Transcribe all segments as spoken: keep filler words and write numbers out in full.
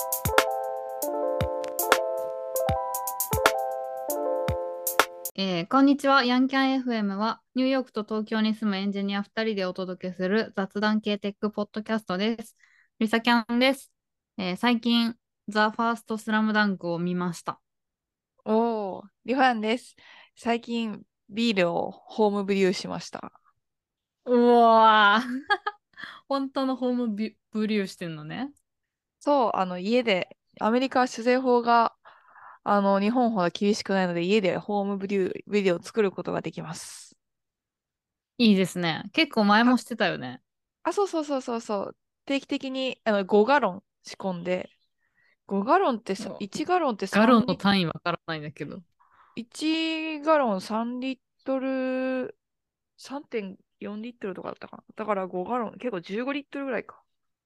えーこんにちは。ヤンキャン エフエム はニューヨークと東京に住むエンジニアふたりでお届けする雑談系テックポッドキャストです。リサキャンです。えー最近、ザ・ファーストスラムダンクを見ました。 おー、リファンです。最近、ビールをホームブリューしました。 うわー本当のホームビブリューしてんのね。 そう、あの、家で、アメリカは酒税法が、あの、日本ほど厳しくないので、家でホームブリュー、ビールを作ることができます。 いいですね。結構前は、 もしてたよね。 あ、そうそうそうそうそう。定期的に、あの、ごガロン仕込んで、ごガロンってさ、 もういちガロンってガロン 3リ、 の単位わからないんだけど。 いちガロンさんリットル、さんてんよんリットルとかだったかな。だからごガロン、結構じゅうごリットルぐらいか。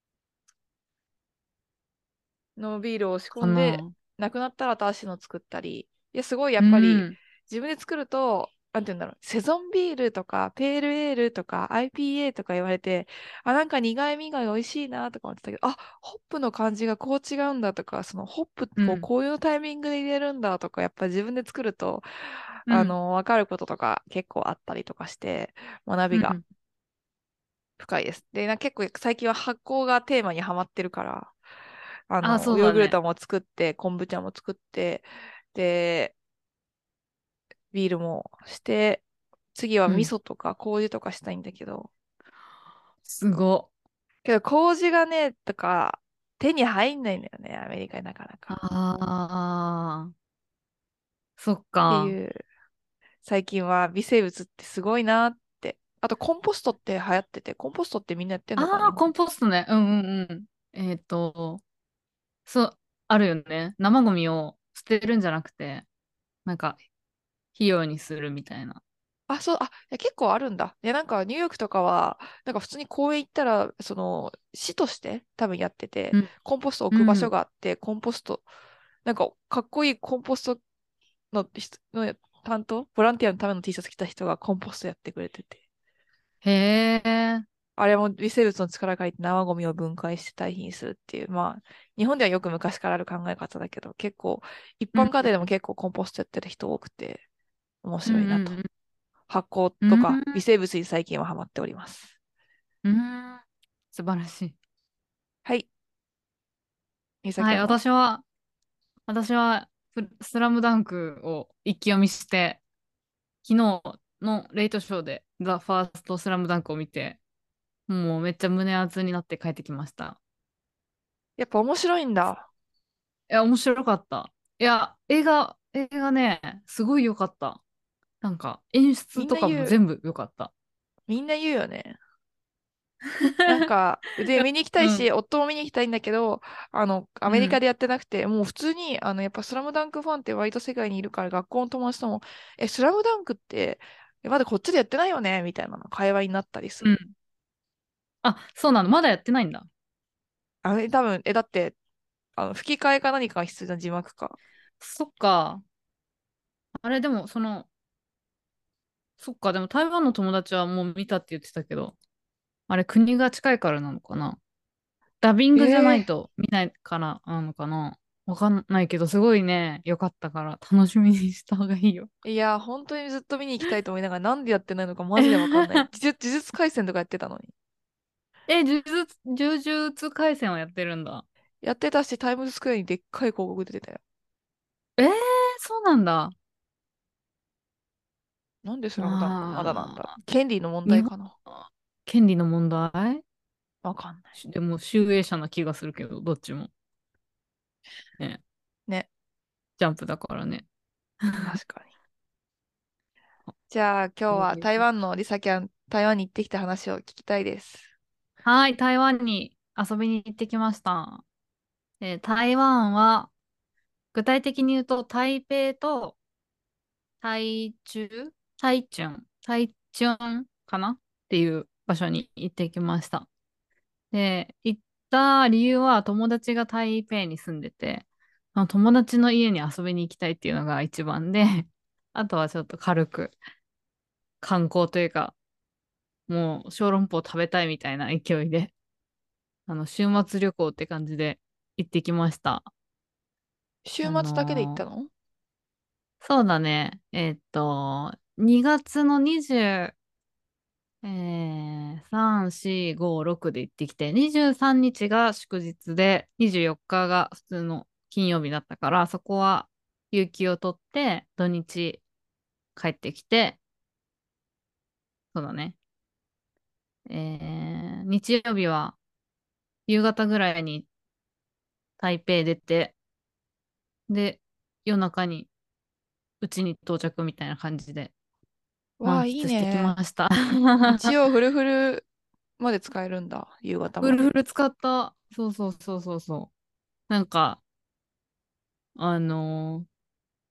のビールを仕込んで、 かな。 なくなったら新しいの作ったり、いや、すごいやうっぱりん。 自分で作ると、なんて言うんだろう、セゾンビールとか、ペールエールとか、アイピーエー とか言われて、あ、なんか苦い苦い美味しいなとか思ってたけど、あ、ホップの感じがこう違うんだとか、そのホップうん。 をこういうタイミングで入れるんだとか、やっぱ自分で作ると、 うん。 あの、わかることとか結構あったりとかして、学びがうん。 深いです。で、な結構最近は発酵がテーマにはまってるから、ああ、 の、 そうだね。 ヨーグルトも作って、昆布茶も作って、で、ビールもして、次はうん。 味噌とか麹とかしたいんだけど、 すご。 けど麹がね、とか、手に入んないんだよね、アメリカになかなか。 ああ、そっってか。 いう、最近は微生物ってすごいなって。あと、コンポストって流行ってて、コンポストってみんなやってんのかな、 ああ、 日本。 コンポストね。うんうんうん。えっと、そう、あるよね。生ゴミを捨てるんじゃなくて、なんか、肥料にするみたいな。 あ、そう、あ、いや、結構あるんだ。いや、なんか、ニューヨークとかは、なんか普通に公園行ったら、その、市として多分やってて、 うん。 コンポスト置く場所うん。 があって、コンポスト、なんか、かっこいいコンポストの、人の担当ボランティアのための T シャツ着た人がコンポストやってくれてて。 へえ。 あれも微生物の力借りて生ゴミを分解して堆肥にするっていう、まあ、日本ではよく昔からある考え方だけど、結構、一うん般家庭でも結構コンポストやってる人多くて、面うん白いなと。 うん発酵うん。 とか微生物に最近はハマっております。 うん。うん。素晴らしい。 はい。みさきはい、 ゃんは。 私は、私は、ススラムダンクを一気読みして、昨日のレイトショーで、ザ・ファーストスラムダンクを見て、もうめっちゃ胸熱になって帰ってきました。 やっぱ面白いんだ。 いや、面白かった。いや、映画、映画ね、すごい良かった。なんか、演出みんとかな言う、 も全部良かった。 みんな言うよね。なんか、で、 いや、 見に行きたいし、 うん、 夫も見に行きたいんだけど、あの、アうん、 メリカでやってなくて、もう普通に、あの、やっぱスラムダンクファンって割と世界にいるから、学校の友達とも、え、スラムダンクって、えまだこっちでやってないよねみたいなの会話になったりする。 うん。あ、そうなの、まだやってないんだ。 あれ、多分、え、だって、あの、吹き替えか何かが必要な字幕か。 そっか。あれ、でも、その、そっか、でも台湾の友達はもう見たって言ってたけど、あれ、国が近いからなのかな。ダビングじゃないえと見ないからなのかな。わかんないけど、すごいね、良かったから楽しみにした方がいいよ。 ー、いや、本当にずっと見に行きたいと思いながら、なんでやってないのかマジでわかんない。呪術、呪術廻戦とかやってたのに。 え、呪術、呪術廻戦をやってるんだ。 やってたし、タイムズスクエアにでっかい広告出てたよ。 えー、そうなんだ。 なんでスラムダンクまだなんだろう。 まあ、 権利の問日本、 題かな。 権利の問題わかんない。 しでも、集英社な気がするけど、どっちも。ね、 ね。 ジャンプだからね。 確かに。じゃあ今日はそういう台湾のリサキャン、台湾に行ってきた話を聞きたいです。 はい、台湾に遊びに行ってきました。えー台湾は、具体的に言うと、台北と台中台中台中かなっていう場所に行ってきました。で、行った理由は友達が台北に住んでて、その友達の家に遊びに行きたいっていうのが一番で、あとはちょっと軽く観光というか、もう小籠包食べたいみたいな勢いで、あの、週末旅行って感じで行ってきました。 週あ末だけで行っのーたの？ そうだね。えーっと、にがつのにじゅう、えー、さん、よん、ご、ろくで行ってきて、にじゅうさんにちが祝日で、にじゅうよっかが普通の金曜日だったから、そこは有給を取って、土日帰ってきて、そうだね。えー、日曜日は夕方ぐらいに台北出て、で、夜中にうちに到着みたいな感じでわあ、いい満喫してきね。 ました。 日曜フルフルまで使えるんだ。夕方フまで。 ルフル使った。そうそうそうそうそう。なんか、あのー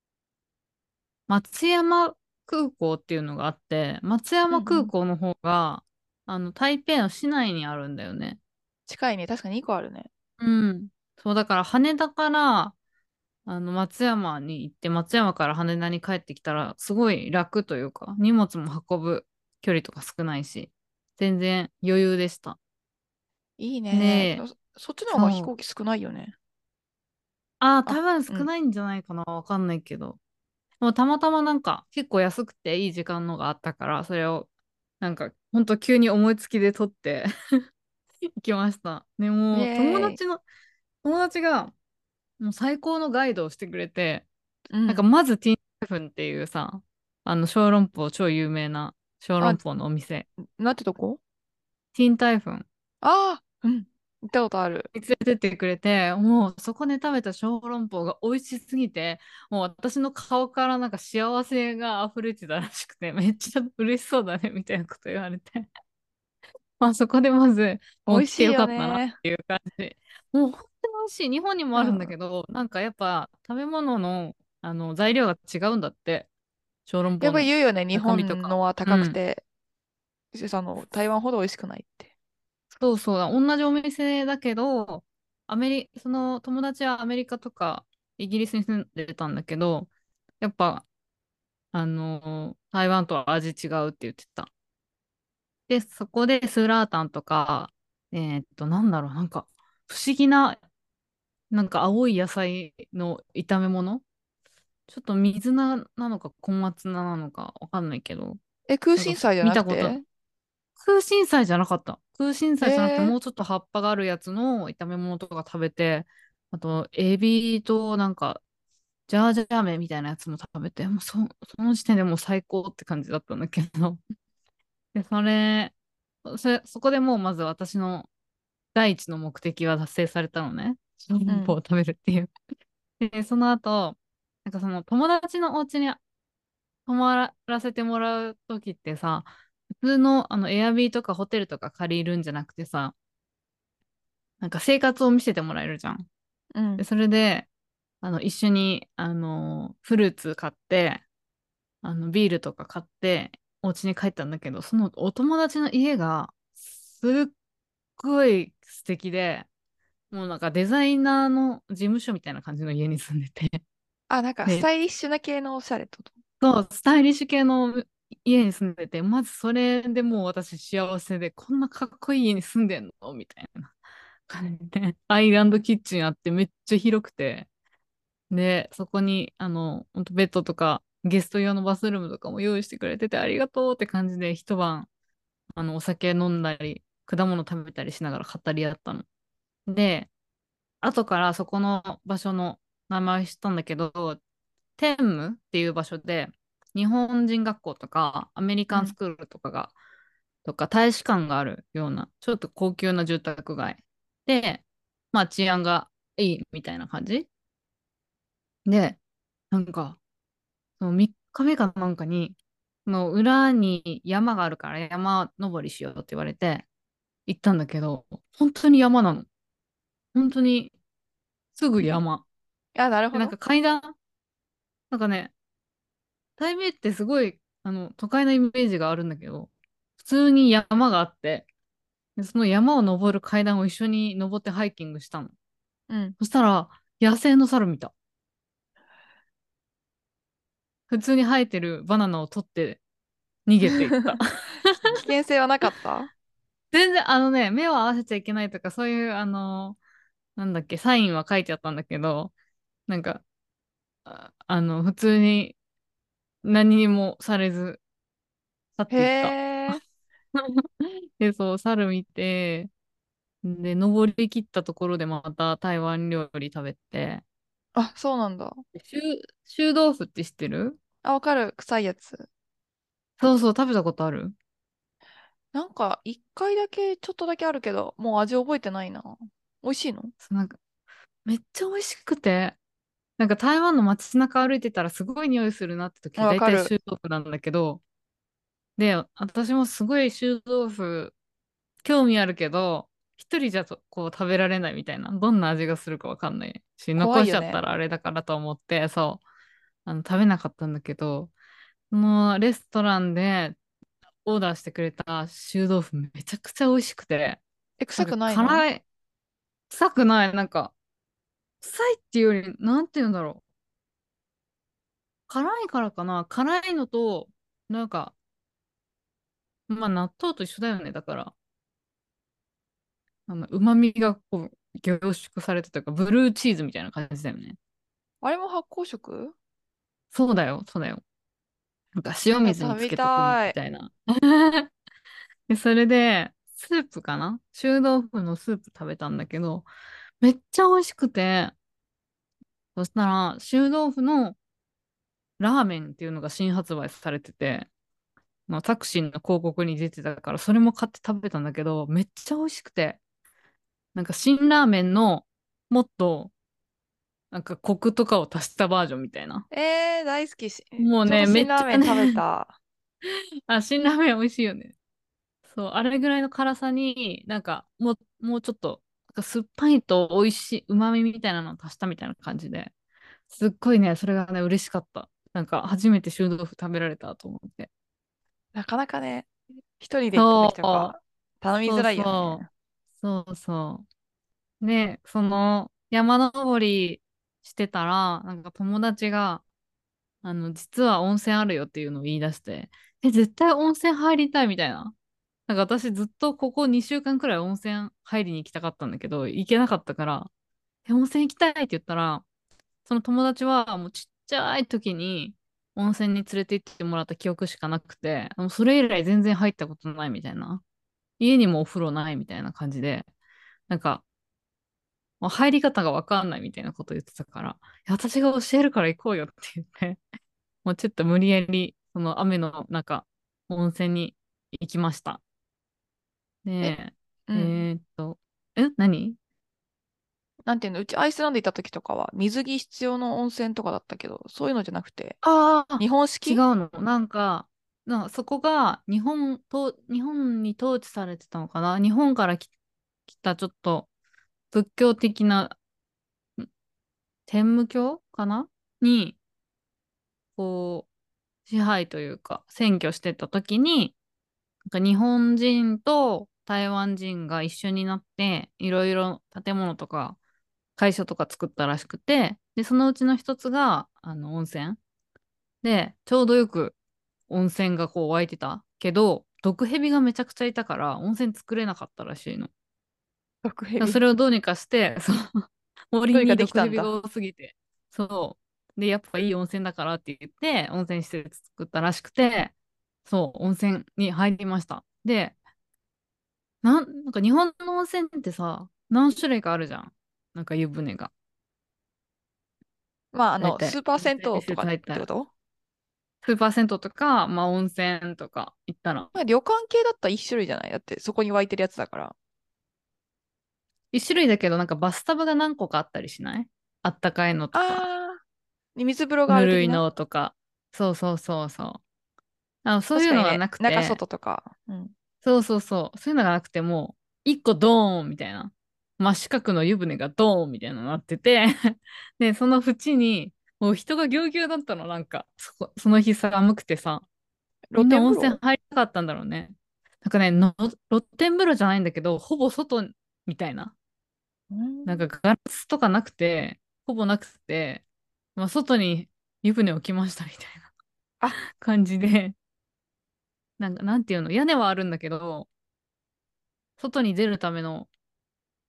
松山空港っていうのがあって、松山空うんうん。 港の方が、あの、台北の市内にあるんだよね。 近いね。確かににこあるね。 うん。そう、だから羽田から、あの、松山に行って、松山から羽田に帰ってきたら、すごい楽というか、荷物も運ぶ距離とか少ないし、全然余裕でした。 いいね。 で、 そそっちの方が飛そう。 行機少ないよね。 ああ、多あ、 分うん。 少ないんじゃないかな。わかんないけど。もうたまたまなんか結構安くていい時間のがあったから、それをなんかほんと急に思いつきで撮って行きました。でイも友エーイ。 達の、友達がもう最高のガイドをしてくれて、なんかうん。 まずティンタイフンっていうさ、あの小籠包超有名な小あ、 籠包のお店、 なんてとこ？ ティンタイフンああー、うん。行ったことある。 に連れてってくれて、もうそこで食べた小籠包が美味しすぎて、もう私の顔からなんか幸せが溢れてたらしくて、めっちゃ嬉しそうだねみたいなこと言われて。まあそこでまず、もう来て美味しいよよかったなっね。 ていう感じ。もう本当に美味しい。日本にもあるんだうん。 けど、なんかやっぱ食べ物の、あの材料が違うんだって。小籠やっぱり包の言うよね。日中身とか。 本のはうん。 高くて、あの、台湾ほど美味しくないって。 そうそうだ。同じお店だけど、アメリ、その友達はアメリカとかイギリスに住んでたんだけど、やっぱ、あのー台湾とは味違うって言ってた。で、そこでスーラータンとか、えーっと、なんだろう、なんか、不思議ななんか青い野菜の炒め物、ちょっと水菜なのか小松菜なのかわかんないけど、 え、空なんかそ心菜じゃ見たこと、 なくて？ 空心菜じゃなかった。空心へ菜じゃなくてえ。 もうちょっと葉っぱがあるやつの炒め物とか食べて、あとエビとなんかジャージャー麺みたいなやつも食べて、もうそ、その時点でもう最高って感じだったんだけど。で、それ、それ、そこでもうまず私の第一の目的は達成されたのね。小うん。 籠包を食べるっていう。で、その後、なんかその友達のお家に泊まらせてもらうときってさ、普通のあのエアビーとかホテルとか借りるんじゃなくてさ、なんか生活を見せてもらえるじゃん。で、 うん。 それで、あの、一緒に、あの、フルーツ買って、あの、ビールとか買って、お家に帰ったんだけど、そのお友達の家が、すっごい素敵で、もうなんかデザイナーの事務所みたいな感じの家に住んでて、 あ、なんかスで、 タイリッシュな系のおしゃれってこと？ そう、スタイリッシュ系の家に住んでて、まずそれでもう私幸せで、こんなかっこいい家に住んでんのみたいな感じで、アイランドキッチンあってめっちゃ広くて、で、そこに、あの、ほんとベッドとか、ゲスト用のバスルームとかも用意してくれてて、ありがとうって感じで、一晩、あの、お酒飲んだり、果物食べたりしながら語り合ったの。で、後からそこの場所の名前を知ったんだけど、テンムっていう場所で、日本人学校とか、アメリうん。 カンスクールとかが、とか、大使館があるような、ちょっと高級な住宅街で、まあ治安がいいみたいな感じで、なんか、そのみっかめかなんかに、その裏に山があるから山登りしようって言われて行ったんだけど、本当に山なの。本当にすぐ山。 あ、なるで、 ほど。 なんか階段、なんかね、台北ってすごい、あの、都会のイメージがあるんだけど、普通に山があって、でその山を登る階段を一緒に登ってハイキングしたの。 うん。 そしたら、野生の猿見た。普通に生えてるバナナを取って逃げていった。 危険性はなかった？ 全然、あのね、目を合わせちゃいけないとか、そういう、あの、 なんだっけ、サインは書いてあったんだけど、なんか、あ、あの、普通に何にもされず去っへていった。 え。 で、そう、猿見て、で、登り切ったところでまた台湾料理食べて、 あ、そうなんだ。 臭、臭豆腐って知ってる？ あ、わかる。臭いやつ。 そうそう、食べたことある？ なんか、一回だけ、ちょっとだけあるけど、もう味覚えてないな。美味しいの？ そうなんか、めっちゃ美味しくて、なんか台湾の街中歩いてたらすごい匂いするなってあ、 時、だいたいわかる。 臭豆腐なんだけど、で、私もすごい臭豆腐興味あるけど、一人じゃとこう食べられないみたいな、どんな味がするかわかんないし、残しちゃった怖いよね。 らあれだからと思って、そう、あの、食べなかったんだけど、そのレストランでオーダーしてくれた臭豆腐めちゃくちゃ美味しくて、 え、臭くなんかないの？ 辛い、臭くない、なんか、臭いっていうより、なんて言うんだろう。辛いからかな。辛いのと、なんか、まあ納豆と一緒だよね。だから、あの、旨味がこう、凝縮されてというか、ブルーチーズみたいな感じだよね。 あれも発酵食？ そうだよ、そうだよ。なんか塩あ、 水に食べつけとくみたい。 たいな。で、それで、スープかな、臭豆腐のスープ食べたんだけど、めっちゃ美味しくて、そしたら、臭豆腐のラーメンっていうのが新発売されてて、まあ、タクシーの広告に出てたから、それも買って食べたんだけど、めっちゃ美味しくて、なんか辛ラーメンのもっと、なんかコクとかを足したバージョンみたいな。 えー、大好きし。 もうね、 ちょうどめっちゃ辛ラーメン食べね、 た。 あ、辛ラーメン美味しいよね。そう、あれぐらいの辛さに、なんか、もう、もうちょっと、なんか酸っぱいと美味しい、旨味みたいなのを足したみたいな感じで、すっごいね、それがね、嬉しかった。なんか、初めて臭豆腐食べられたと思って。 なかなかね、一人で行った時そう、 とか、頼みそうづらいよね。 そう、そうそう。で、その、山登りしてたら、なんか友達が、あの、実は温泉あるよっていうのを言い出して、え、絶対温泉入りたいみたいな。なんか私ずっとここにしゅうかんくらい温泉入りに行きたかったんだけど、行けなかったから、え、温泉行きたいって言ったら、その友達はもうちっちゃい時に温泉に連れて行ってもらった記憶しかなくて、もうそれ以来全然入ったことないみたいな。家にもお風呂ないみたいな感じで、なんか、もう入り方がわかんないみたいなこと言ってたから、いや私が教えるから行こうよって言って、もうちょっと無理やり、その雨の中、温泉に行きました。 え、 で、えうん。 ーっと、え、何？ なんていうの、うちアイスランド行った時とかは水着必要の温泉とかだったけど、そういうのじゃなくて、 ああ日本ー、違式？ うの。なんか、なんかそこが日本と、日本に統治されてたのかな、日本からき来たちょっと仏教的な、ん天武教かなに、こう、支配というか、占拠してた時に、なんか日本人と台湾人が一緒になって、いろいろ建物とか会所とか作ったらしくて、で、そのうちの一つが、あの、温泉。で、ちょうどよく温泉がこう湧いてたけど、毒蛇がめちゃくちゃいたから温泉作れなかったらしいの。だか毒蛇。 らそれをどうにかして、そう、森どうにかできに毒たんだ。 蛇が多すぎて、そう。で、やっぱいい温泉だからって言って、温泉施設作ったらしくて、そう、温泉に入りました。で、なん、なんか日本の温泉ってさ、何種類かあるじゃん。なんか湯船が。 まあ、あの、ス大体、 ーパー銭温泉施湯とかっ設入ったら。 てこと？ スーパー銭湯とか、まあ温泉とか行ったら、 まあ、旅館系だったら一種類じゃない？だってそこに湧いてるやつだから。 一種類だけど、なんかバスタブが何個かあったりしない？あったかいのとか、 あー、水風呂があぬるいる的な？ のとか。そうそうそうそう。あ、そういうのが確かにね、中なくて、 外とか。うん。 そうそうそう。そういうのがなくても、一個ドーンみたいな。真四角の湯船がドーンみたいなのになっててで、その縁に、もう人がぎゅうぎゅうだったの、なんか、そこ、その日寒くてさ、 露みんな温泉天風呂？ 入りたかったんだろうね。なんかね、の露天風呂じゃないんだけど、ほぼ外みたいな。 うん。 なんかガラスとかなくて、ほぼなくて、まあ、外に湯船を置きましたみたいなあ、 感じで、なんか、なんていうの、屋根はあるんだけど、外に出るための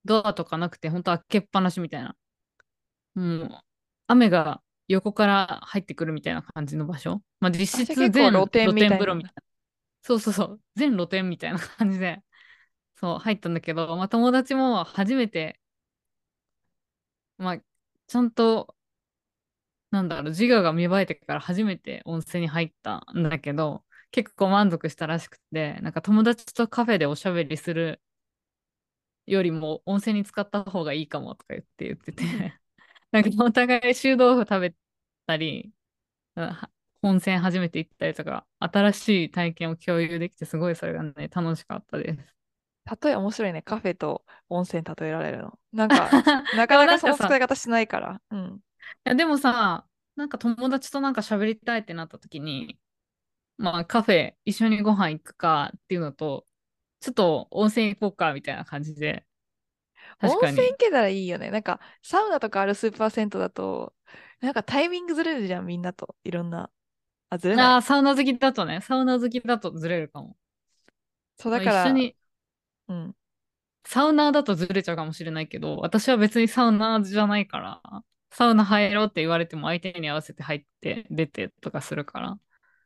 ドアとかなくて、本当開けっぱなしみたいな。もう、雨が横から入ってくるみたいな感じの場所。まあ、 あ、 実じゃあ結構露質全露天みたいな。 天風呂みたいな。そうそうそう。全露天みたいな感じで、そう、入ったんだけど、まあ、友達も初めて、まあ、ちゃんと、なんだろう、自我が芽生えてから初めて温泉に入ったんだけど、結構満足したらしくて、なんか友達とカフェでおしゃべりするよりも温泉に使った方がいいかもとか言って言ってて、なんかお互い臭豆腐食べたり、あ温泉初めて行ったりとか、新しい体験を共有できて、すごいそれがね、楽しかったです。 例え面白いね。カフェと温泉例えられるの。なんか、なでもかなかその使なんかさ、 い方しないから。うん。 いやでもさ、なんか友達となんか喋りたいってなった時に、まあカフェ一緒にご飯行くかっていうのと、ちょっと温泉行こうかみたいな感じで、 温確かに。 泉行けたらいいよね。なんか、サウナとかあるスーパー銭湯だと、なんかタイミングずれるじゃん、みんなと。いろんな。あ、ずれない。 ああ、サウナ好きだとね、サウナ好きだとずれるかも。 そう、 まあ、 だから、 一緒に、 うん。 サウナーだとずれちゃうかもしれないけど、私は別にサウナーじゃないから、サウナ入ろうって言われても相手に合わせて入って出てとかするから。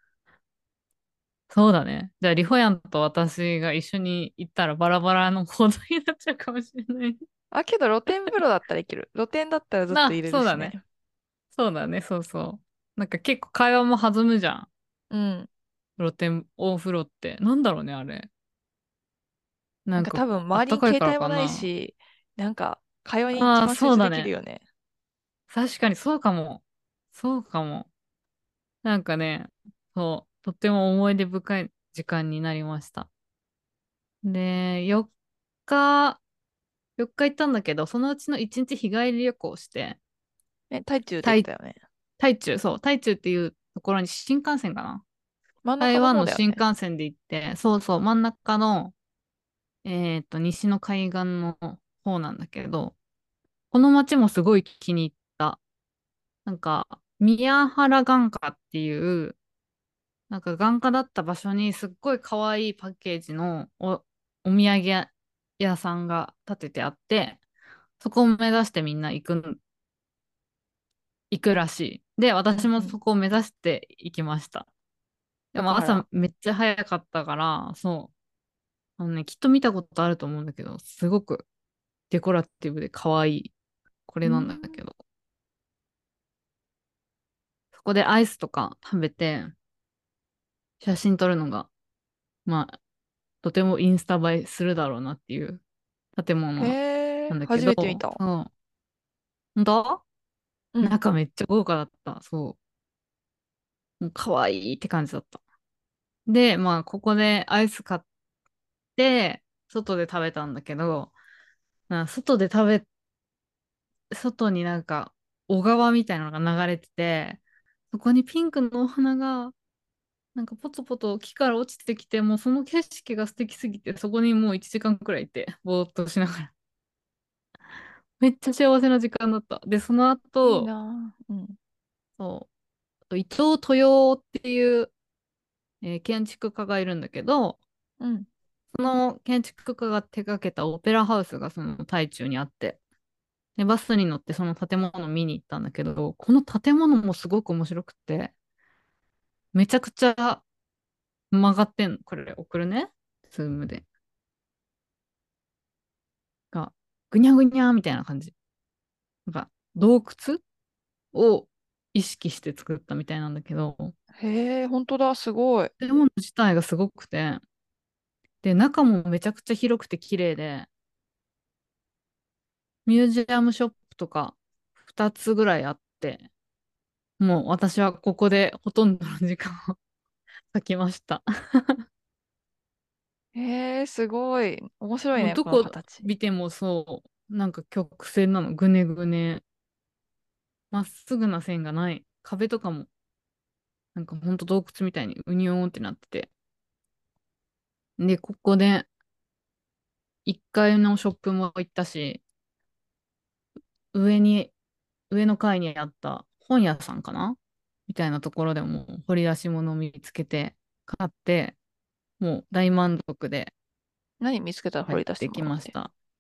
そうだね。じゃあ、リホヤンと私が一緒に行ったらバラバラの行動になっちゃうかもしれない。 あ、けど露天風呂だったらいける。露天だったらずっとな、 入れるしね。 そうだね。そうだね、そうそう。なんか結構会話も弾むじゃん。 うん。 露天、お風呂って。なんだろうね、あれ。なんか、 なんか多分あっ周りにたかいから携帯もないかな。 し、なんか会話に一ああ、 番集中できるそうだね。 よね。 確かにそうかも。そうかも。なんかね、そう、とっても思い出深い時間になりました。で、よっか、よっか行ったんだけど、そのうちのいちにち日帰り旅行して、 え、台中って言って台、 たよね。 台中、そう、台中っていうところに新幹線かな。 真ん中の台湾の方だよね。 新幹線で行って、そうそう、真ん中の、えっと、西の海岸の方なんだけど、この街もすごい気に入った。なんか、宮原眼科っていう、なんか眼科だった場所にすっごい可愛いパッケージのお、お土産屋さんが建ててあって、そこを目指してみんな行くん、行くらしい。で、私もうんうん。 そこを目指して行きました。でもよく原。 朝めっちゃ早かったから、そう。あのね、きっと見たことあると思うんだけど、すごくデコラティブで可愛い。これなんだうん。 けど。そこでアイスとか食べて、写真撮るのが、まあ、とてもインスタ映えするだろうなっていう建へ物なえ、 んだけど、 初めて見た。 そう。本当うん。 中めっちゃ豪華だった。そう。もう可愛いって感じだった。で、まあ、ここでアイス買って、外で食べたんだけど、な外で食べ、外になんか小川みたいなのが流れてて、そこにピンクのお花が、なんかポツポツ木から落ちてきて、もうその景色が素敵すぎて、そこにもういちじかんくらいいて、ぼーっとしながら。めっちゃ幸せな時間だった。で、そのいい後、 なぁ。うん。 そう、あと伊藤豊っていう、えー建築家がいるんだけど、 うん。 その建築家が手掛けたオペラハウスがその台中にあって、で、バスに乗ってその建物を見に行ったんだけど、この建物もすごく面白くて、めちゃくちゃ曲がってんの。これ送るね。ズームで。が、ぐにゃぐにゃみたいな感じ。なんか、洞窟を意識して作ったみたいなんだけど、 へえ、本当だ、すごい。 建物自体がすごくて、で、中もめちゃくちゃ広くて綺麗で、ミュージアムショップとかふたつぐらいあって、もう私はここでほとんどの時間を割きました。 へえ、すごい。面白いね、このもうどこ形。 見てもそう、なんか曲線なの、ぐねぐね、まっすぐな線がない。壁とかも、なんかほんと洞窟みたいにうにょーんってなってて。で、ここでいっかいのショップも行ったし、上に、上の階にあった本屋さんかなみたいなところでも掘り出し物を見つけて、買って、もう大満足で何見つけたら帰っ掘り出してきたものって。 ました。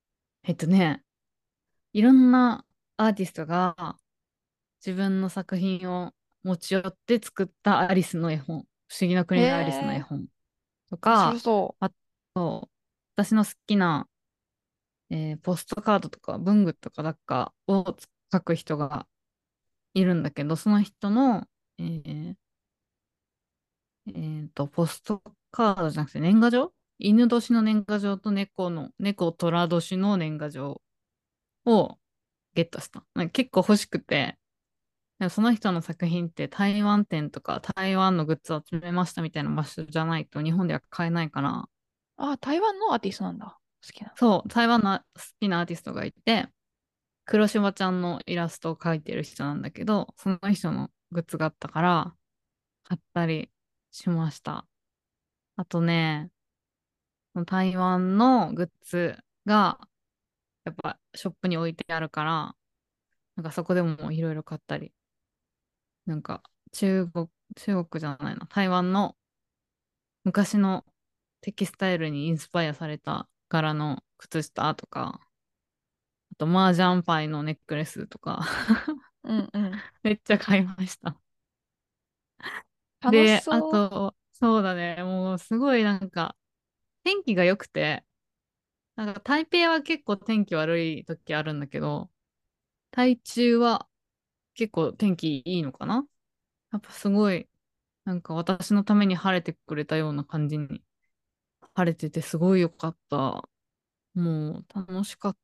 えっとね、いろんなアーティストが自分の作品を持ち寄って作ったアリスの絵本、不思議のへ国のアリスの絵え、 本と面白か、 そあと、私の好きな、えーポストカードとか文具とかなんかを書く人がいるんだけど、その人の、えーえーと、ポストカードじゃなくて年賀状、犬年の年賀状と猫の、猫虎年の年賀状をゲットした。なんか結構欲しくて、でもその人の作品って台湾店とか台湾のグッズを集めましたみたいな場所じゃないと日本では買えないから、 う。あ、台湾のアーティストなんだ。好きな。 そう、台湾の好きなアーティストがいて、黒柴ちゃんのイラストを描いてる人なんだけど、その人のグッズがあったから、買ったりしました。あとね、台湾のグッズが、やっぱショップに置いてあるから、なんかそこでもいろいろ買ったり、なんか中国、中国じゃないな、台湾の昔のテキスタイルにインスパイアされた柄の靴下とか、あと麻雀パイのネックレスとかうんうん。 めっちゃ買いました。 楽しで、あそう。 と、そうだね、もうすごいなんか天気が良くて、なんか台北は結構天気悪い時あるんだけど、台中は結構天気いいのかな。やっぱすごい、なんか私のために晴れてくれたような感じに晴れててすごい良かった。もう楽しかった。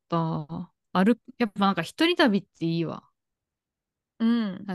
歩く、やっぱなんか一人旅っていいわ。 うん。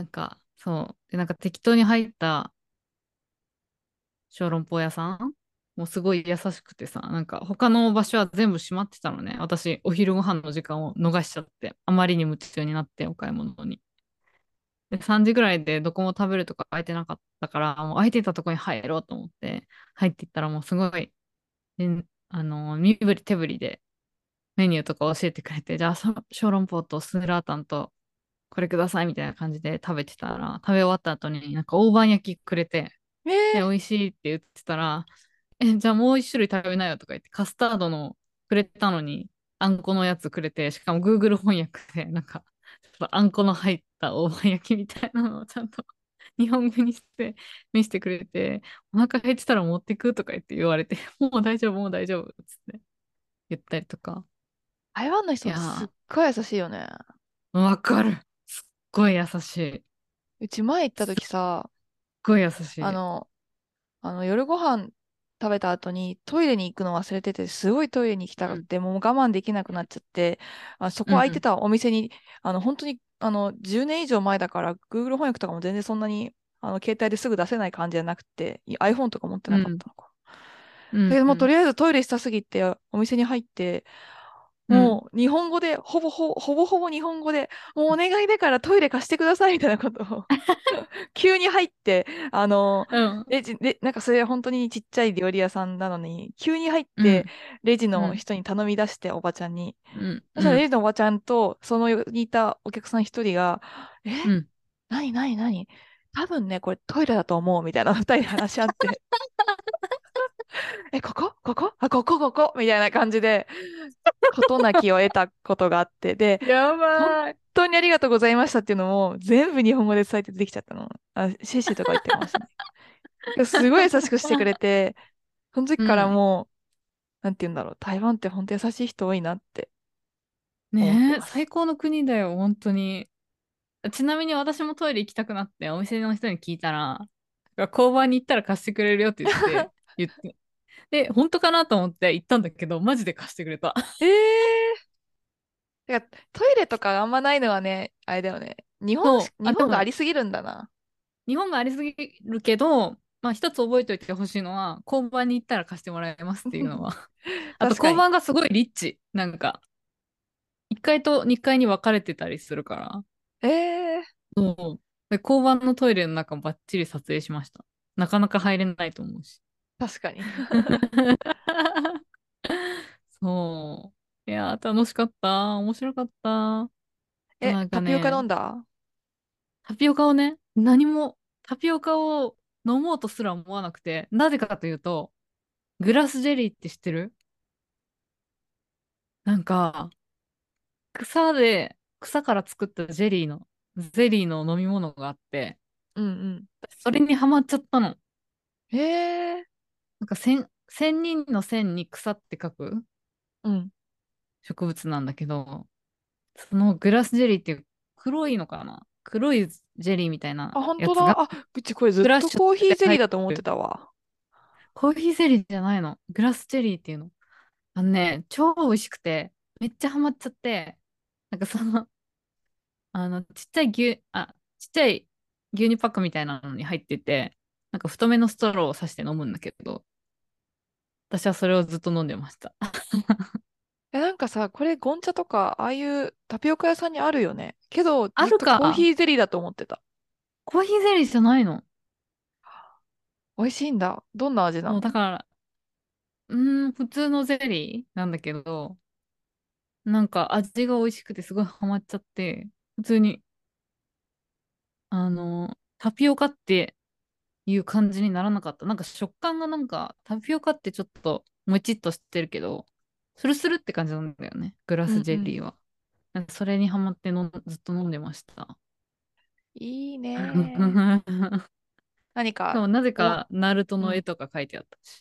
なんか、そう。で、なんか適当に入った小籠包屋さんもうすごい優しくてさ、なんか他の場所は全部閉まってたのね。私、お昼ご飯の時間を逃しちゃって、あまりに夢中になってお買い物に。で、さんじぐらいでどこも食べるとか空いてなかったから、もう空いてたとこに入ろうと思って、入っていったらもうすごい、であの、身振り手振りでメニューとか教えてくれて、じゃあ、そ小籠包とスーラータンとこれくださいみたいな感じで食べてたら、食べ終わった後になんか大判焼きくれて、 えで、美ー、 味しいって言ってたら、え、じゃあもう一種類食べなよとか言って、カスタードのくれたのに、あんこのやつくれて、しかも Google 翻訳で、なんか、ちょっとあんこの入った大判焼きみたいなのをちゃんと日本語にして見せてくれて、お腹減ってたら持ってくとか言って言われて、もう大丈夫、もう大丈夫、つって言ったりとか。 台湾の人ってすっいやごい優しいよね。 ー、わかる。すっごい優しい。 うち前行ったすっ時さ、 ごい優しい。 あの、あの夜ご飯食べた後にトイレに行くの忘れてて、すごいトイレに行きたうん、 くて、もう我慢できなくなっちゃって、あ、そこうん、 空いてたお店に、あの、本当に、あの、じゅうねん以上前だから、Google 翻訳とかも全然そんなに、あの、携帯ですぐ出せない感じじゃなくて、い iPhone とか持ってなかっうん、 たのか。 うん、 だけどもうとうん、 りあえずトイレしたすぎて、お店に入って、 うん。 もう日本語で、ほぼほぼ、ほぼほぼ日本語で、もうお願いだからトイレ貸してくださいみたいなことを急に入って、あの、 うん、 レジ、で、なんかそれは本当にちっちゃい料理屋さんなのに、急に入って、 うん、 レジのうん、 人に頼み出して、おばちゃんに。 うん、 そしたらレうん、 ジのおばちゃんと、その横にいたお客さん一人が、え、 うん。 なになになに多分ね、これトイレだと思う、みたいな二人で話し合って、え、ここここあ、ここここみたいな感じで、事なきを得たことがあって、で、 や本ばい。 当にありがとうございましたっていうのも、全部日本語で伝えてできちゃったの。あ、シェシェとか言ってましたね。すごい優しくしてくれて、その時からうん。 もう、なんて言うんだろう、台湾って本当優しい人多いなって思ってねえ、 ます。 最高の国だよ、本当に。ちなみに私もトイレ行きたくなってお店の人に聞いたら、交番に行ったら貸してくれるよって言って、言って。で、本当かなと思って行ったんだけど、マジで貸してくれた。 えー、てかトイレとかあんまないのはね、あれだよね。日本し、 そう。あ、で日本があも、 りすぎるんだな。 日本がありすぎるけど、まあ一つ覚えておいてほしいのは、交番に行ったら貸してもらえますっていうのは。あと交確かに。 番がすごいリッチ。なんか、いっかいとにかいに分かれてたりするから。 えー、 そう。で、交番のトイレの中バッチリ撮影しました。なかなか入れないと思うし。 確かに。 そう。いやー、楽しかった。面白かった。あとえ、 なんかタピオカ飲ね、 んだ？ タピオカをね、何も、タピオカを飲もうとすら思わなくて、なぜかというと、グラスジェリーって知ってる？なんか、 草で、草から作ったジェリーの、ゼリーの飲み物があって、 うんうん。 それにハマっちゃったの。 へえ。 なんか千、千人の千に草って書くうん。 植物なんだけど、そのグラスジェリーっていう黒いのかな、黒いジェリーみたいなあ、本やつが当だ。あ、うちこれずっクラッシュさとコーヒーれて入っゼリーだと思っててる。 たわ。 コーヒーゼリーじゃないの。グラスジェリーっていうの。あのね、超美味しくて、めっちゃハマっちゃって、なんかその、あの、ちっちゃい牛、あ、ちっちゃい牛乳パックみたいなのに入ってて、なんか太めのストローを刺して飲むんだけど、私はそれをずっと飲んでました。 え、なんかさ、これゴンチャとか、ああいうタピオカ屋さんにあるよね。けど、 あずっとコーるか。 ヒーゼリーだと思ってた。 コーヒーゼリーじゃないの。 美味しいんだ。どんな味なそう、だの？ から、うーん、普通のゼリーなんだけど、なんか味が美味しくてすごいハマっちゃって、普通に、あの、タピオカっていう感じにならなかった。なんか食感がなんか、タピオカってちょっともちっとしてるけど、スルスルって感じなんだよね。グラスうんうん。 ジェリーは。なんかそれにハマってのんずっと飲んでました。 いいね。何か、 でもなぜおも、 か、ナルトうん。 の絵とか描いてあったし、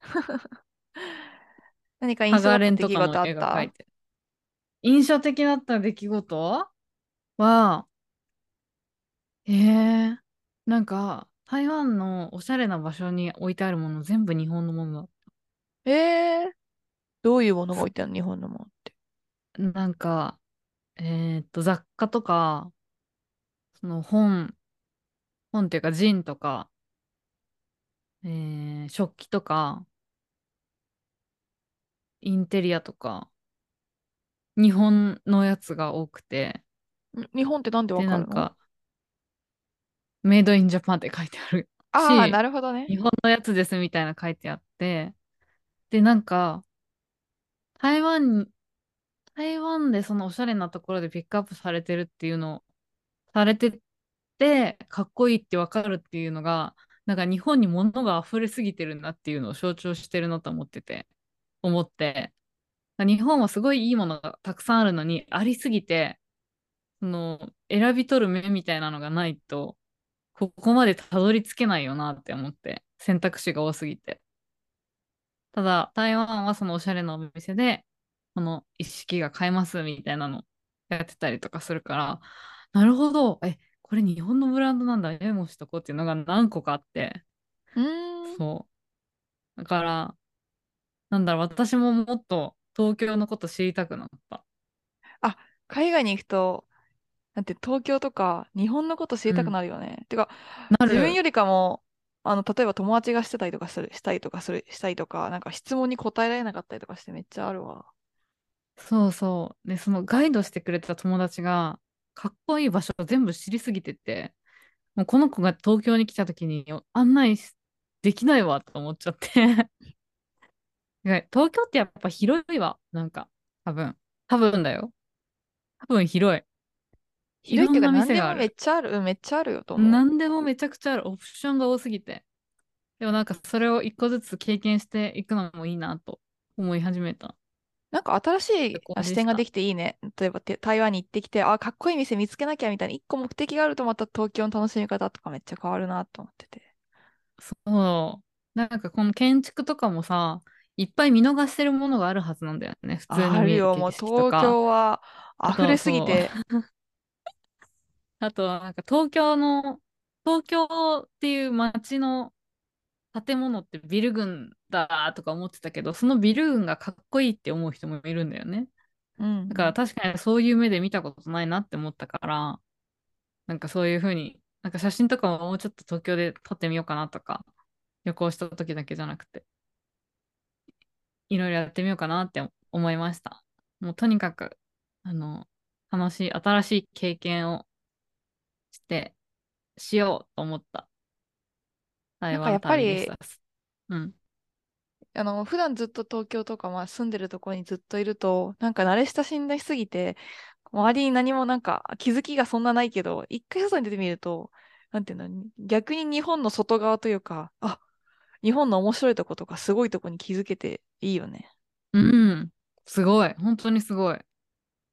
何か印ハガ象だったレンとかの出来事あった？ 絵が描いてある。印象的だった出来事は、ええなんか、台湾のおしゃれな場所に置いてあるもの全部日本のものだ。 えー、どういうものが置いてあるの、日本のものって？ なんか、えーっと、雑貨とか、その本、本っていうかジンとか、えー食器とか、インテリアとか、日本のやつが多くて、 ん日本ってなんでわで、 かるの？ なんか、メイドインジャパンって書いてあるああー、なし、 るほどね。 日本のやつですみたいな書いてあって、で、なんか、台湾に、台湾でそのおしゃれなところでピックアップされてるっていうのを、されてて、かっこいいってわかるっていうのが、なんか日本に物が溢れすぎてるなっていうのを象徴してるなと思ってて、思って、日本はすごいいいものがたくさんあるのに、ありすぎて、その、選び取る目みたいなのがないと、ここまでたどり着けないよなって思って、選択肢が多すぎて。ただ、台湾はそのおしゃれなお店で、この一式が買えますみたいなのやってたりとかするから、なるほど、え、これ日本のブランドなんだ、メモしとこうっていうのが何個かあって、 うーん。 そう。だから、なんだろう、私ももっと東京のこと知りたくなった。 あ、海外に行くと、なんて東京とか日本のこと知りたくうん。 なるよね。てか、 なる。 自分よりかも、あの、例えば友達がしてたりとかする、したりとかする、したりとか、なんか質問に答えられなかったりとかしてめっちゃあるわ。 そうそう。で、そのガイドしてくれた友達が、かっこいい場所を全部知りすぎてて、もうこの子が東京に来た時に案内しできないわと思っちゃって。いや東京ってやっぱ広いわ。なんか、多分。多分だよ。多分広い。い広いっていうかろんな何でもめっ店がある。 ちゃある。うん、めっちゃあるよと思う。 何でもめちゃくちゃある。オプションが多すぎて。でもなんかそれを一個ずつ経験していくのもいいなと思い始めたなんか新しい旅行でした。 あ視点ができていいね。例えばて台湾に行ってきて、あ、かっこいい店見つけなきゃみたいな一個目的があるとまた東京の楽しみ方とかめっちゃ変わるなと思ってて。 そう。なんかこの建築とかもさ、いっぱい見逃してるものがあるはずなんだよね。普通にあるよ、 見える景もう東色とか。 京はあ溢れとそう。 すぎて。 あとはなんか東京の、東京っていう街の建物ってビル群だとか思ってたけど、そのビル群がかっこいいって思う人もいるんだよね。 うん。 だから確かにそういう目で見たことないなって思ったから、なんかそういうふうに、なんか写真とかももうちょっと東京で撮ってみようかなとか、旅行した時だけじゃなくて、いろいろやってみようかなって思いました。もうとにかく、あの、楽しい、新しい経験をして、しようと思った台なんかや湾っぱり、 旅でした。うん。 あの、普段ずっと東京とか、まあ住んでるところにずっといると、なんか慣れ親しんだしすぎて、周りに何もなんか気づきがそんなないけど、一回外に出てみると、なんていうの、逆に日本の外側というか、あ、日本の面白いとことかすごいとこに気づけていいよね。 うん。すごい。本当にすごい。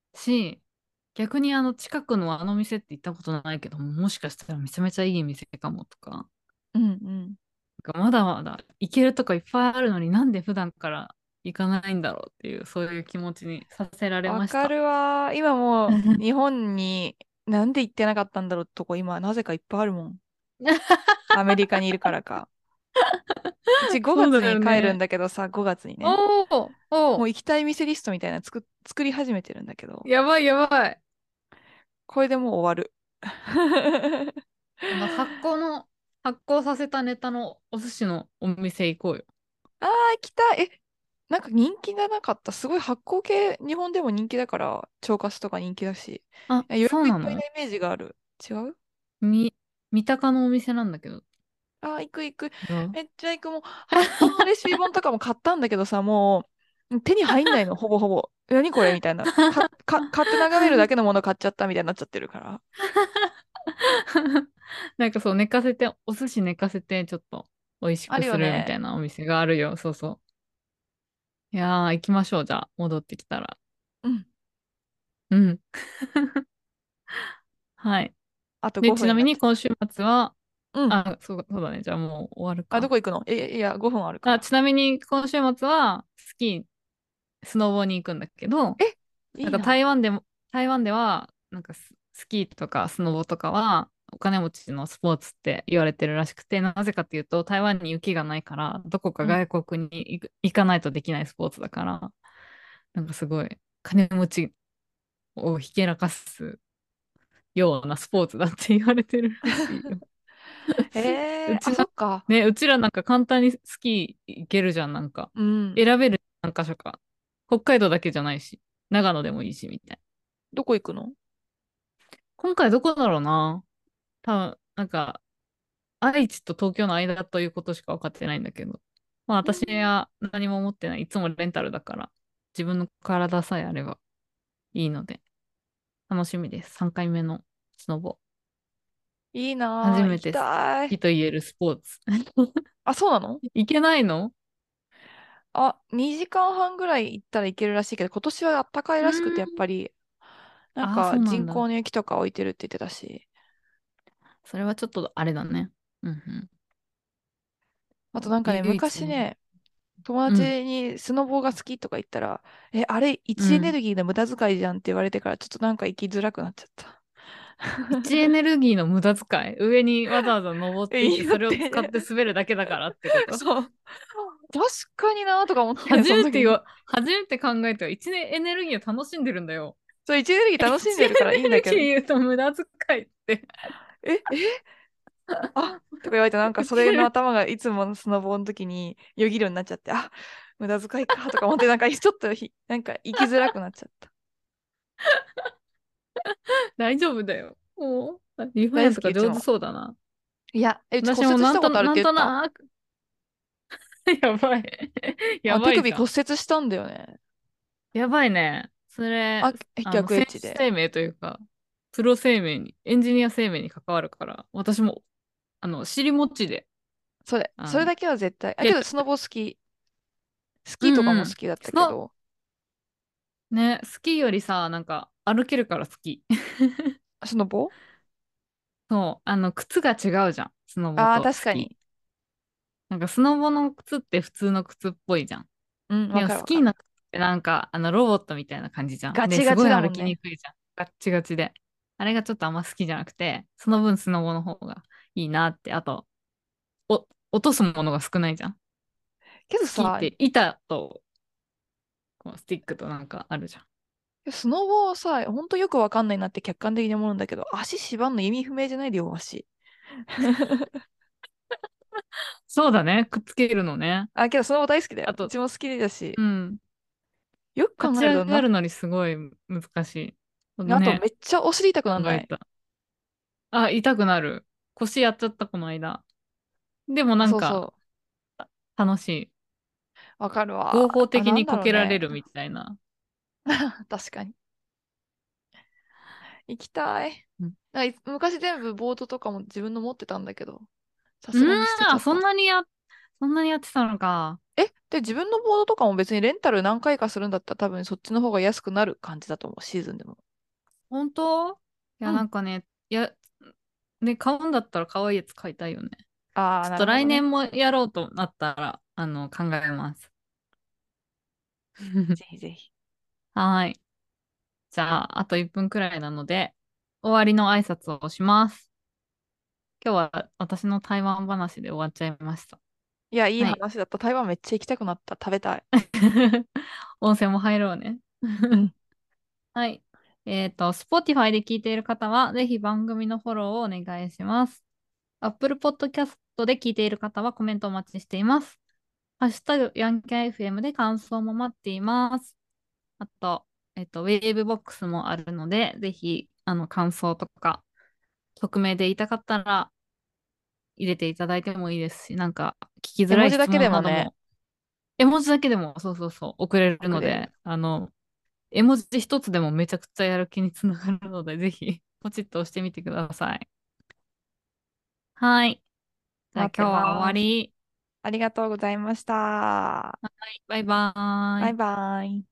し、逆にあの近くのあの店って行ったことないけども、もしかしたらめちゃめちゃいい店かもとか、 うんうん。 なんかまだまだ行けるとこいっぱいあるのになんで普段から行かないんだろうっていう、そういう気持ちにさせられました。 わかるわ。今もう日本になんで行ってなかったんだろうってとこ今なぜかいっぱいあるもん。アメリカにいるからか。うち5 そう月に帰るんだよね。 だけどさ、ごがつにね。 おーおー、 もう行きたい店リストみたいなの作、作り始めてるんだけど、 やばいやばい。ここれでもう終わる。 あの発酵の、発酵させたネタのお寿司のお店行こうよ。 ああ、行きたい。え、なんか人気がなかった。すごい発酵系、日本でも人気だから、腸活とか人気だし。 あ、 いや予約いっそうなの？ ぱいなイメージがある。違う？ み、三鷹のお店なんだけど。 ああ、行く行く。 違う？ めっちゃ行く。もう、発酵のレシピ本とかも買ったんだけどさ、もう、手に入んないの、ほぼほぼ。何これみたいな。か、か、買って眺めるだけのもの買っちゃったみたいになっちゃってるから。 なんかそう、寝かせて、お寿司寝かせて、ちょっと美味しあるよくするみたいね。 なお店があるよ。そうそう。いやー、行きましょう。じゃあ、戻ってきたら。 うん。 うん。はい。 あとで、 5 ちな分になっちゃっみに今週末は、 た。うん。 あ、そう、そうだね。じゃあもう終わるあ、どか。 こ行くの？え、いや、ごふんあるかあ、 ら。 ちなみに今週末は、スキー、スノボに行くんだけど、 え、 なんかいいな。 台湾でも、台湾では、なんかス、スキーとかスノボとかは、お金持ちのスポーツって言われてるらしくて、なぜかっていうと、台湾に雪がないから、どこかうん。 外国に行く行かないとできないスポーツだから、なんかすごい、金持ちをひけらかすようなスポーツだって言われてるらしいよ。 えー、あ、 うちな、 そっか。 ね、うちらなんか簡単にスキー行けるじゃん、なんか。 うん。 選べる何箇所か。北海道だけじゃないし、長野でもいいし、みたいな。 どこ行くの？ 今回どこだろうな。多分、なんか、愛知と東京の間ということしか分かってないんだけど。まあ私うん。 は何も持ってない。いつもレンタルだから、自分の体さえあればいいので、楽しみです。さんかいめのスノボ。 いいなぁ。行き初めて好たい。 きと言えるスポーツ。 あ、そうなの？ いけないの？ あ、にじかんはんぐらい行ったらいけるらしいけど、今年はあったかいうーらしくて、やっぱん。 り、なんああ、そか人うなんだ。 工の雪とか置いてるって言ってたし。 それはちょっとあれだね。うんうん。 あとなんかね、 唯一の。 昔ね、友うん。 達にスノボが好きとか言ったら、え、あれ、位置エネうん。 ルギーの無駄遣いじゃんって言われてから、ちょっとなんか行きづらくなっちゃった。 位置エネルギーの無駄遣い。上にわざわざ登っえ、 ていって、 いいよっそれを使ってて。 滑るだけだからってこと？ そう。確かになとか思ったけど、 初その時に。 めてよ、初めて考えては、一年エネルギーを楽しんでるんだよ。 そう、位置エネルギー楽しん一エでるからいいんだけど。 ネルギー言うと無駄遣いって。 え、え、あとか言われて、なんかそれのウケる。 頭がいつものスノボの時によぎるようになっちゃって、あ、無駄遣いかとか思って、なんかちょっとひ、なんか生きづらくなっちゃった。 大丈夫だよ。もう、リファイ大好き、 アとか上手うちも。 そうだな。 いや、え、うち私骨もなんと、 折したことあるっなんとて言った？ なく。やばい。やあ、手首骨ばいじゃん。 折したんだよね。 やばいね。それ、 あ、 あの、 逆エッ選手ジで。 生命というか、プロ生命に、エンジニア生命に関わるから、私も、あの、尻餅で、 それ、 あの、 それだけは絶対。あ、けけどスノボ好き。スキーとかうんうん。 も好きだったけそど、 ね、スキーよりさ、なんか、歩けるから好き。 スノボ？ そう、あの、靴が違うじゃん。スノボああー、 とスキー。 確かに。 なんか、スノボの靴って普通の靴っぽいじゃん。 うん、わでも、 かるわかる。 スキーの靴ってなんか、あの、ロボットみたいな感じじゃん。で、 ガチガすごい歩きにチだもんね。 くいじゃん。ガッチガチで。あれがちょっとあんま好きじゃなくて、その分スノボの方がいいなって。あと、お、落とすものが少ないじゃん。スキーっけどさ、 て板と、こうスティックとなんかあるじゃん。 スノボさ、ほんとよくわかんないなって客観的に思うんだけど、足縛んの意味不明じゃないでよ、足。 そうだね。くっつけるのね。 あ、けどスノボ大好きだよ。うあと、 ちも好きだし、 うん。 よく立ち考えるとな、 上がるのにすごい難しい。ね、 あとめっちゃお尻痛くなんない？ 考えた。あ、痛くなる。腰やっちゃった、この間。でもあ、 なんか、 そうそ楽しい。 う。わかるわ。 合法あ、なん的にこだろうね。 けられるみたいな。 確かに。行きたい。 うん。 なんかい昔全部ボードとかも自分の持ってたんだけど、さうーん、 すがに捨てちゃあ、そんった。 なにや、そんなにやってたのか。 え、で、自分のボードとかも別にレンタル何回かするんだったら多分そっちの方が安くなる感じだと思う、シーズンでも。 本当？いや、なうん。 んかね、いや、ね、買うんだったら可愛いやつ買いたいよね。 ああ、 ちょっとなるほどね。 来年もやろうとなったら、あの、考えます。 ぜひぜひ。 はい。じゃあ、あといっぷんくらいなので、終わりの挨拶をします。今日は私の台湾話で終わっちゃいました。 いや、いいはい。 話だった。台湾めっちゃ行きたくなった。食べたい。 温泉も入ろうね。 うん。 はい。えっと、Spotify で聞いている方は、ぜひ番組のフォローをお願いします。Apple Podcast で聞いている方はコメントお待ちしています。ハッシュタグ、ヤンキャ エフエム で感想も待っています。あと、えっと、ウェーブボックスもあるので、ぜひ、あの、感想とか、匿名で言いたかったら入れていただいてもいいですし、なんか、聞きづらい質絵文字だけでもね、 問なども、絵文字だけでも、そうそうそう、送れるので、 送れる。 あの、絵文字一つでもめちゃくちゃやる気につながるので、ぜひ、ポチッと押してみてください。はい。じゃあ待って今日は終わます。 り。 ありがとうございました。 はい、バイバーバイイ。 バイ。